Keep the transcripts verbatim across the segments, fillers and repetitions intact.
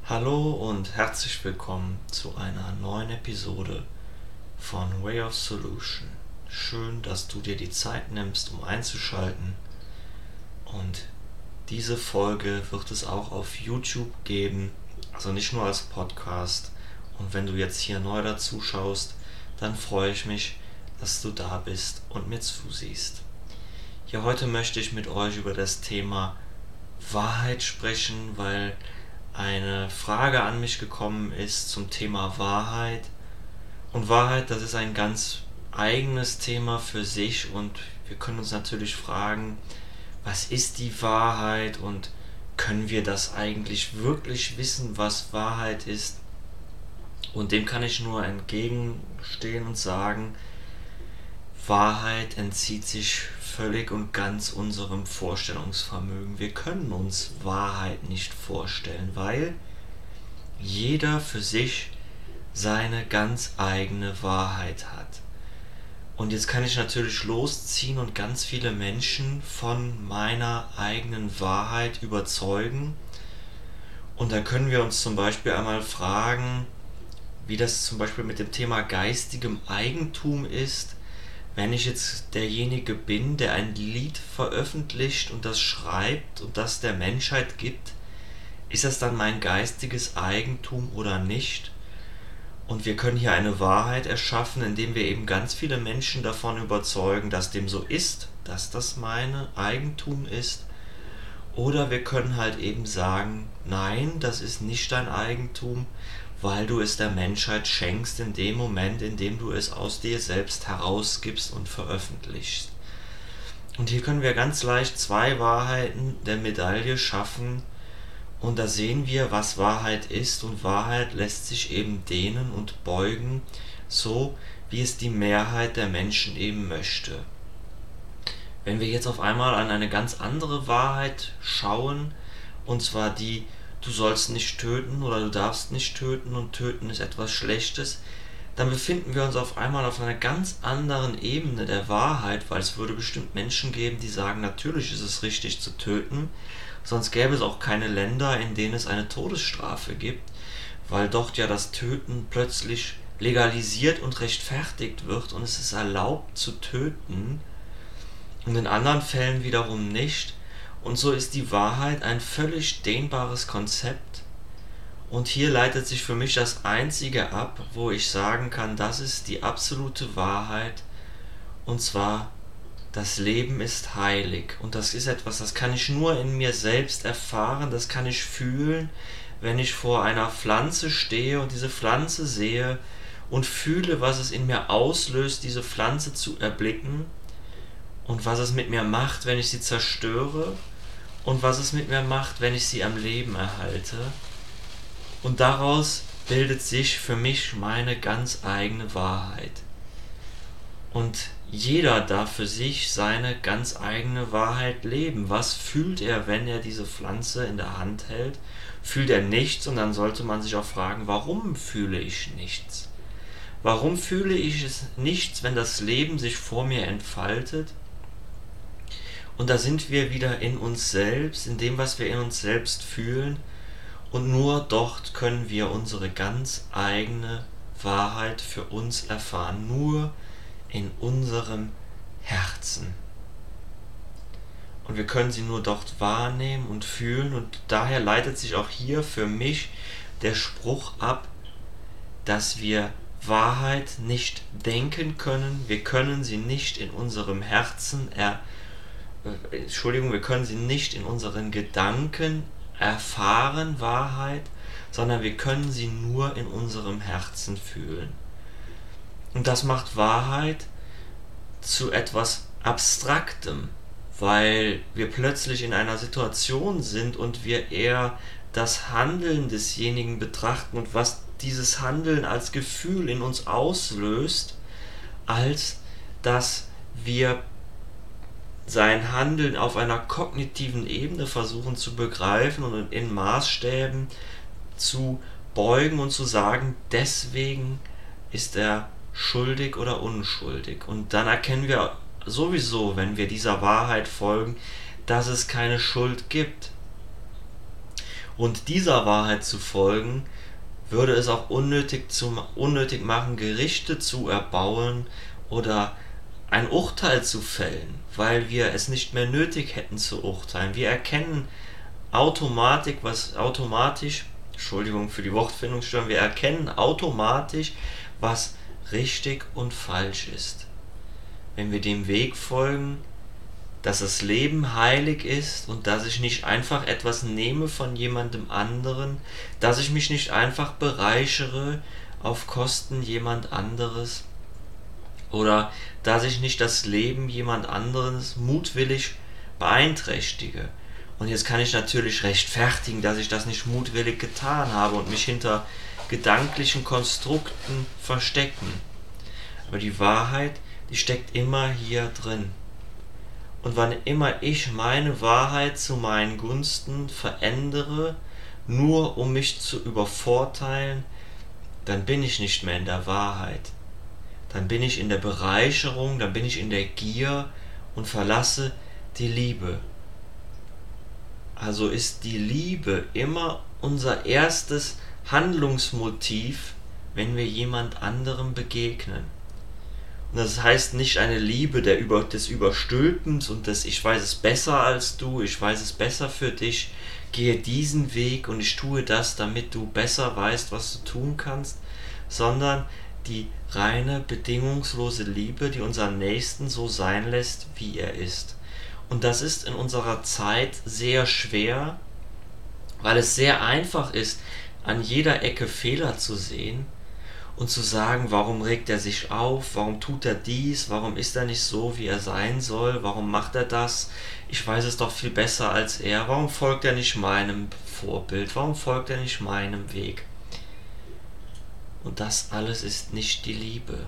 Hallo und herzlich willkommen zu einer neuen Episode von Way of Solution. Schön, dass du dir die Zeit nimmst, um einzuschalten. Und diese Folge wird es auch auf YouTube geben, also nicht nur als Podcast. Und wenn du jetzt hier neu dazu schaust, dann freue ich mich, dass du da bist und mir zusiehst. Ja, heute möchte ich mit euch über das Thema Wahrheit sprechen, weil eine Frage an mich gekommen ist zum Thema Wahrheit. Und Wahrheit, das ist ein ganz eigenes Thema für sich und wir können uns natürlich fragen, was ist die Wahrheit und können wir das eigentlich wirklich wissen, was Wahrheit ist? Und dem kann ich nur entgegenstehen und sagen, Wahrheit entzieht sich völlig und ganz unserem Vorstellungsvermögen. Wir können uns Wahrheit nicht vorstellen, weil jeder für sich seine ganz eigene Wahrheit hat. Und jetzt kann ich natürlich losziehen und ganz viele Menschen von meiner eigenen Wahrheit überzeugen. Und da können wir uns zum Beispiel einmal fragen, wie das zum Beispiel mit dem Thema geistigem Eigentum ist. Wenn ich jetzt derjenige bin, der ein Lied veröffentlicht und das schreibt und das der Menschheit gibt, ist das dann mein geistiges Eigentum oder nicht? Und wir können hier eine Wahrheit erschaffen, indem wir eben ganz viele Menschen davon überzeugen, dass dem so ist, dass das mein Eigentum ist. Oder wir können halt eben sagen, nein, das ist nicht dein Eigentum, weil du es der Menschheit schenkst in dem Moment, in dem du es aus dir selbst herausgibst und veröffentlichst. Und hier können wir ganz leicht zwei Wahrheiten der Medaille schaffen und da sehen wir, was Wahrheit ist, und Wahrheit lässt sich eben dehnen und beugen, so wie es die Mehrheit der Menschen eben möchte. Wenn wir jetzt auf einmal an eine ganz andere Wahrheit schauen, und zwar die, du sollst nicht töten oder du darfst nicht töten und töten ist etwas Schlechtes, dann befinden wir uns auf einmal auf einer ganz anderen Ebene der Wahrheit, weil es würde bestimmt Menschen geben, die sagen, natürlich ist es richtig zu töten, sonst gäbe es auch keine Länder, in denen es eine Todesstrafe gibt, weil dort ja das Töten plötzlich legalisiert und rechtfertigt wird und es ist erlaubt zu töten und in anderen Fällen wiederum nicht. Und so ist die Wahrheit ein völlig dehnbares Konzept. Und hier leitet sich für mich das Einzige ab, wo ich sagen kann, das ist die absolute Wahrheit. Und zwar, das Leben ist heilig. Und das ist etwas, das kann ich nur in mir selbst erfahren, das kann ich fühlen, wenn ich vor einer Pflanze stehe und diese Pflanze sehe und fühle, was es in mir auslöst, diese Pflanze zu erblicken. Und was es mit mir macht, wenn ich sie zerstöre. Und was es mit mir macht, wenn ich sie am Leben erhalte. Und daraus bildet sich für mich meine ganz eigene Wahrheit. Und jeder darf für sich seine ganz eigene Wahrheit leben. Was fühlt er, wenn er diese Pflanze in der Hand hält? Fühlt er nichts? Und dann sollte man sich auch fragen, warum fühle ich nichts? Warum fühle ich es nichts, wenn das Leben sich vor mir entfaltet? Und da sind wir wieder in uns selbst, in dem, was wir in uns selbst fühlen. Und nur dort können wir unsere ganz eigene Wahrheit für uns erfahren. Nur in unserem Herzen. Und wir können sie nur dort wahrnehmen und fühlen. Und daher leitet sich auch hier für mich der Spruch ab, dass wir Wahrheit nicht denken können. Wir können sie nicht in unserem Herzen erfahren. Entschuldigung, wir können sie nicht in unseren Gedanken erfahren, Wahrheit, sondern wir können sie nur in unserem Herzen fühlen. Und das macht Wahrheit zu etwas Abstraktem, weil wir plötzlich in einer Situation sind und wir eher das Handeln desjenigen betrachten und was dieses Handeln als Gefühl in uns auslöst, als dass wir sein Handeln auf einer kognitiven Ebene versuchen zu begreifen und in Maßstäben zu beugen und zu sagen, deswegen ist er schuldig oder unschuldig. Und dann erkennen wir sowieso, wenn wir dieser Wahrheit folgen, dass es keine Schuld gibt. Und dieser Wahrheit zu folgen, würde es auch unnötig, zu, unnötig machen, Gerichte zu erbauen oder ein Urteil zu fällen, weil wir es nicht mehr nötig hätten zu urteilen. Wir erkennen automatisch, was automatisch, Entschuldigung für die Wortfindungsstörung, wir erkennen automatisch, was richtig und falsch ist. Wenn wir dem Weg folgen, dass das Leben heilig ist und dass ich nicht einfach etwas nehme von jemandem anderen, dass ich mich nicht einfach bereichere auf Kosten jemand anderes oder dass ich nicht das Leben jemand anderes mutwillig beeinträchtige. Und jetzt kann ich natürlich rechtfertigen, dass ich das nicht mutwillig getan habe und mich hinter gedanklichen Konstrukten verstecken. Aber die Wahrheit, die steckt immer hier drin. Und wann immer ich meine Wahrheit zu meinen Gunsten verändere, nur um mich zu übervorteilen, dann bin ich nicht mehr in der Wahrheit. Dann bin ich in der Bereicherung, dann bin ich in der Gier und verlasse die Liebe. Also ist die Liebe immer unser erstes Handlungsmotiv, wenn wir jemand anderem begegnen. Und das heißt nicht eine Liebe der Über, des Überstülpens und des ich weiß es besser als du, ich weiß es besser für dich, gehe diesen Weg und ich tue das, damit du besser weißt, was du tun kannst, sondern die reine, bedingungslose Liebe, die unseren Nächsten so sein lässt, wie er ist. Und das ist in unserer Zeit sehr schwer, weil es sehr einfach ist, an jeder Ecke Fehler zu sehen und zu sagen, warum regt er sich auf, warum tut er dies, warum ist er nicht so, wie er sein soll, warum macht er das, ich weiß es doch viel besser als er, warum folgt er nicht meinem Vorbild, warum folgt er nicht meinem Weg. Und das alles ist nicht die Liebe.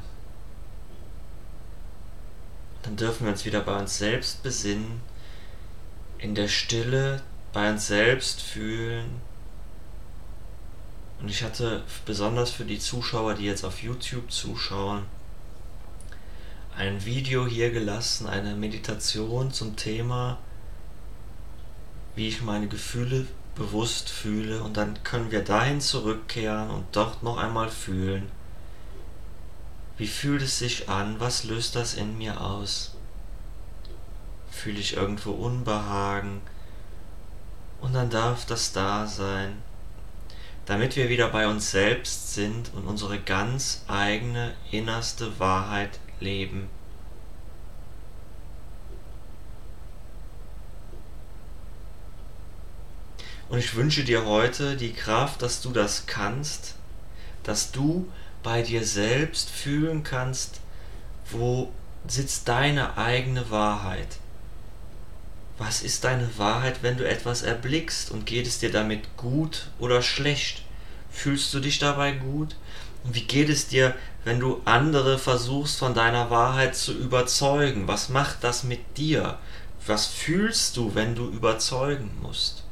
Dann dürfen wir uns wieder bei uns selbst besinnen, in der Stille bei uns selbst fühlen. Und ich hatte besonders für die Zuschauer, die jetzt auf YouTube zuschauen, ein Video hier gelassen, eine Meditation zum Thema, wie ich meine Gefühle bewusst fühle. Und dann können wir dahin zurückkehren und dort noch einmal fühlen, wie fühlt es sich an, was löst das in mir aus? Fühle ich irgendwo Unbehagen? Und dann darf das da sein, damit wir wieder bei uns selbst sind und unsere ganz eigene innerste Wahrheit leben. Und ich wünsche dir heute die Kraft, dass du das kannst, dass du bei dir selbst fühlen kannst, wo sitzt deine eigene Wahrheit. Was ist deine Wahrheit, wenn du etwas erblickst und geht es dir damit gut oder schlecht? Fühlst du dich dabei gut? Und wie geht es dir, wenn du andere versuchst von deiner Wahrheit zu überzeugen? Was macht das mit dir? Was fühlst du, wenn du überzeugen musst?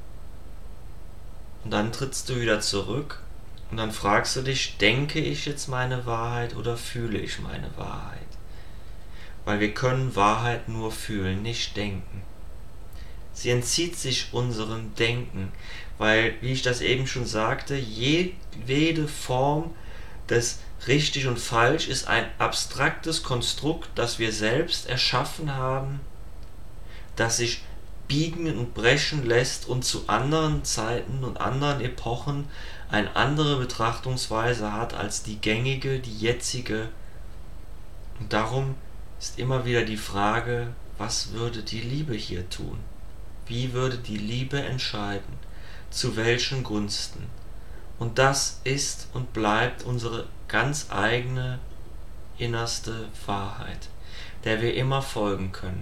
Und dann trittst du wieder zurück und dann fragst du dich, denke ich jetzt meine Wahrheit oder fühle ich meine Wahrheit? Weil wir können Wahrheit nur fühlen, nicht denken. Sie entzieht sich unserem Denken, weil, wie ich das eben schon sagte, jede Form des richtig und falsch ist ein abstraktes Konstrukt, das wir selbst erschaffen haben, das sich biegen und brechen lässt und zu anderen Zeiten und anderen Epochen eine andere Betrachtungsweise hat als die gängige, die jetzige. Und darum ist immer wieder die Frage, was würde die Liebe hier tun? Wie würde die Liebe entscheiden? Zu welchen Gunsten? Und das ist und bleibt unsere ganz eigene innerste Wahrheit, der wir immer folgen können.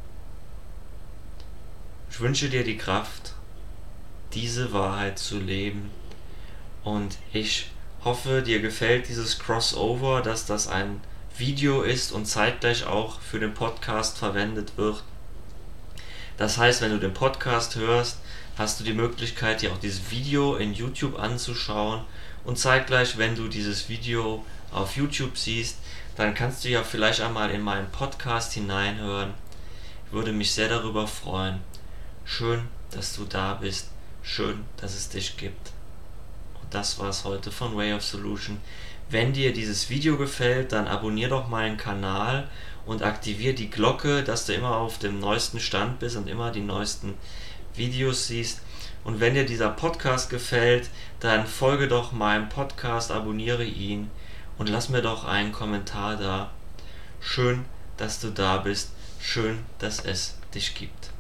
Ich wünsche dir die Kraft, diese Wahrheit zu leben, und ich hoffe, dir gefällt dieses Crossover, dass das ein Video ist und zeitgleich auch für den Podcast verwendet wird. Das heißt, wenn du den Podcast hörst, hast du die Möglichkeit, dir auch dieses Video in YouTube anzuschauen, und zeitgleich, wenn du dieses Video auf YouTube siehst, dann kannst du ja vielleicht einmal in meinen Podcast hineinhören. Ich würde mich sehr darüber freuen. Schön, dass du da bist. schön, dass es dich gibt. Und das war's heute von Way of Solution. Wenn dir dieses Video gefällt, dann abonnier doch meinen Kanal und aktivier die Glocke, dass du immer auf dem neuesten Stand bist und immer die neuesten Videos siehst. Und wenn dir dieser Podcast gefällt, dann folge doch meinem Podcast, abonniere ihn und lass mir doch einen Kommentar da. Schön, dass du da bist. Schön, dass es dich gibt.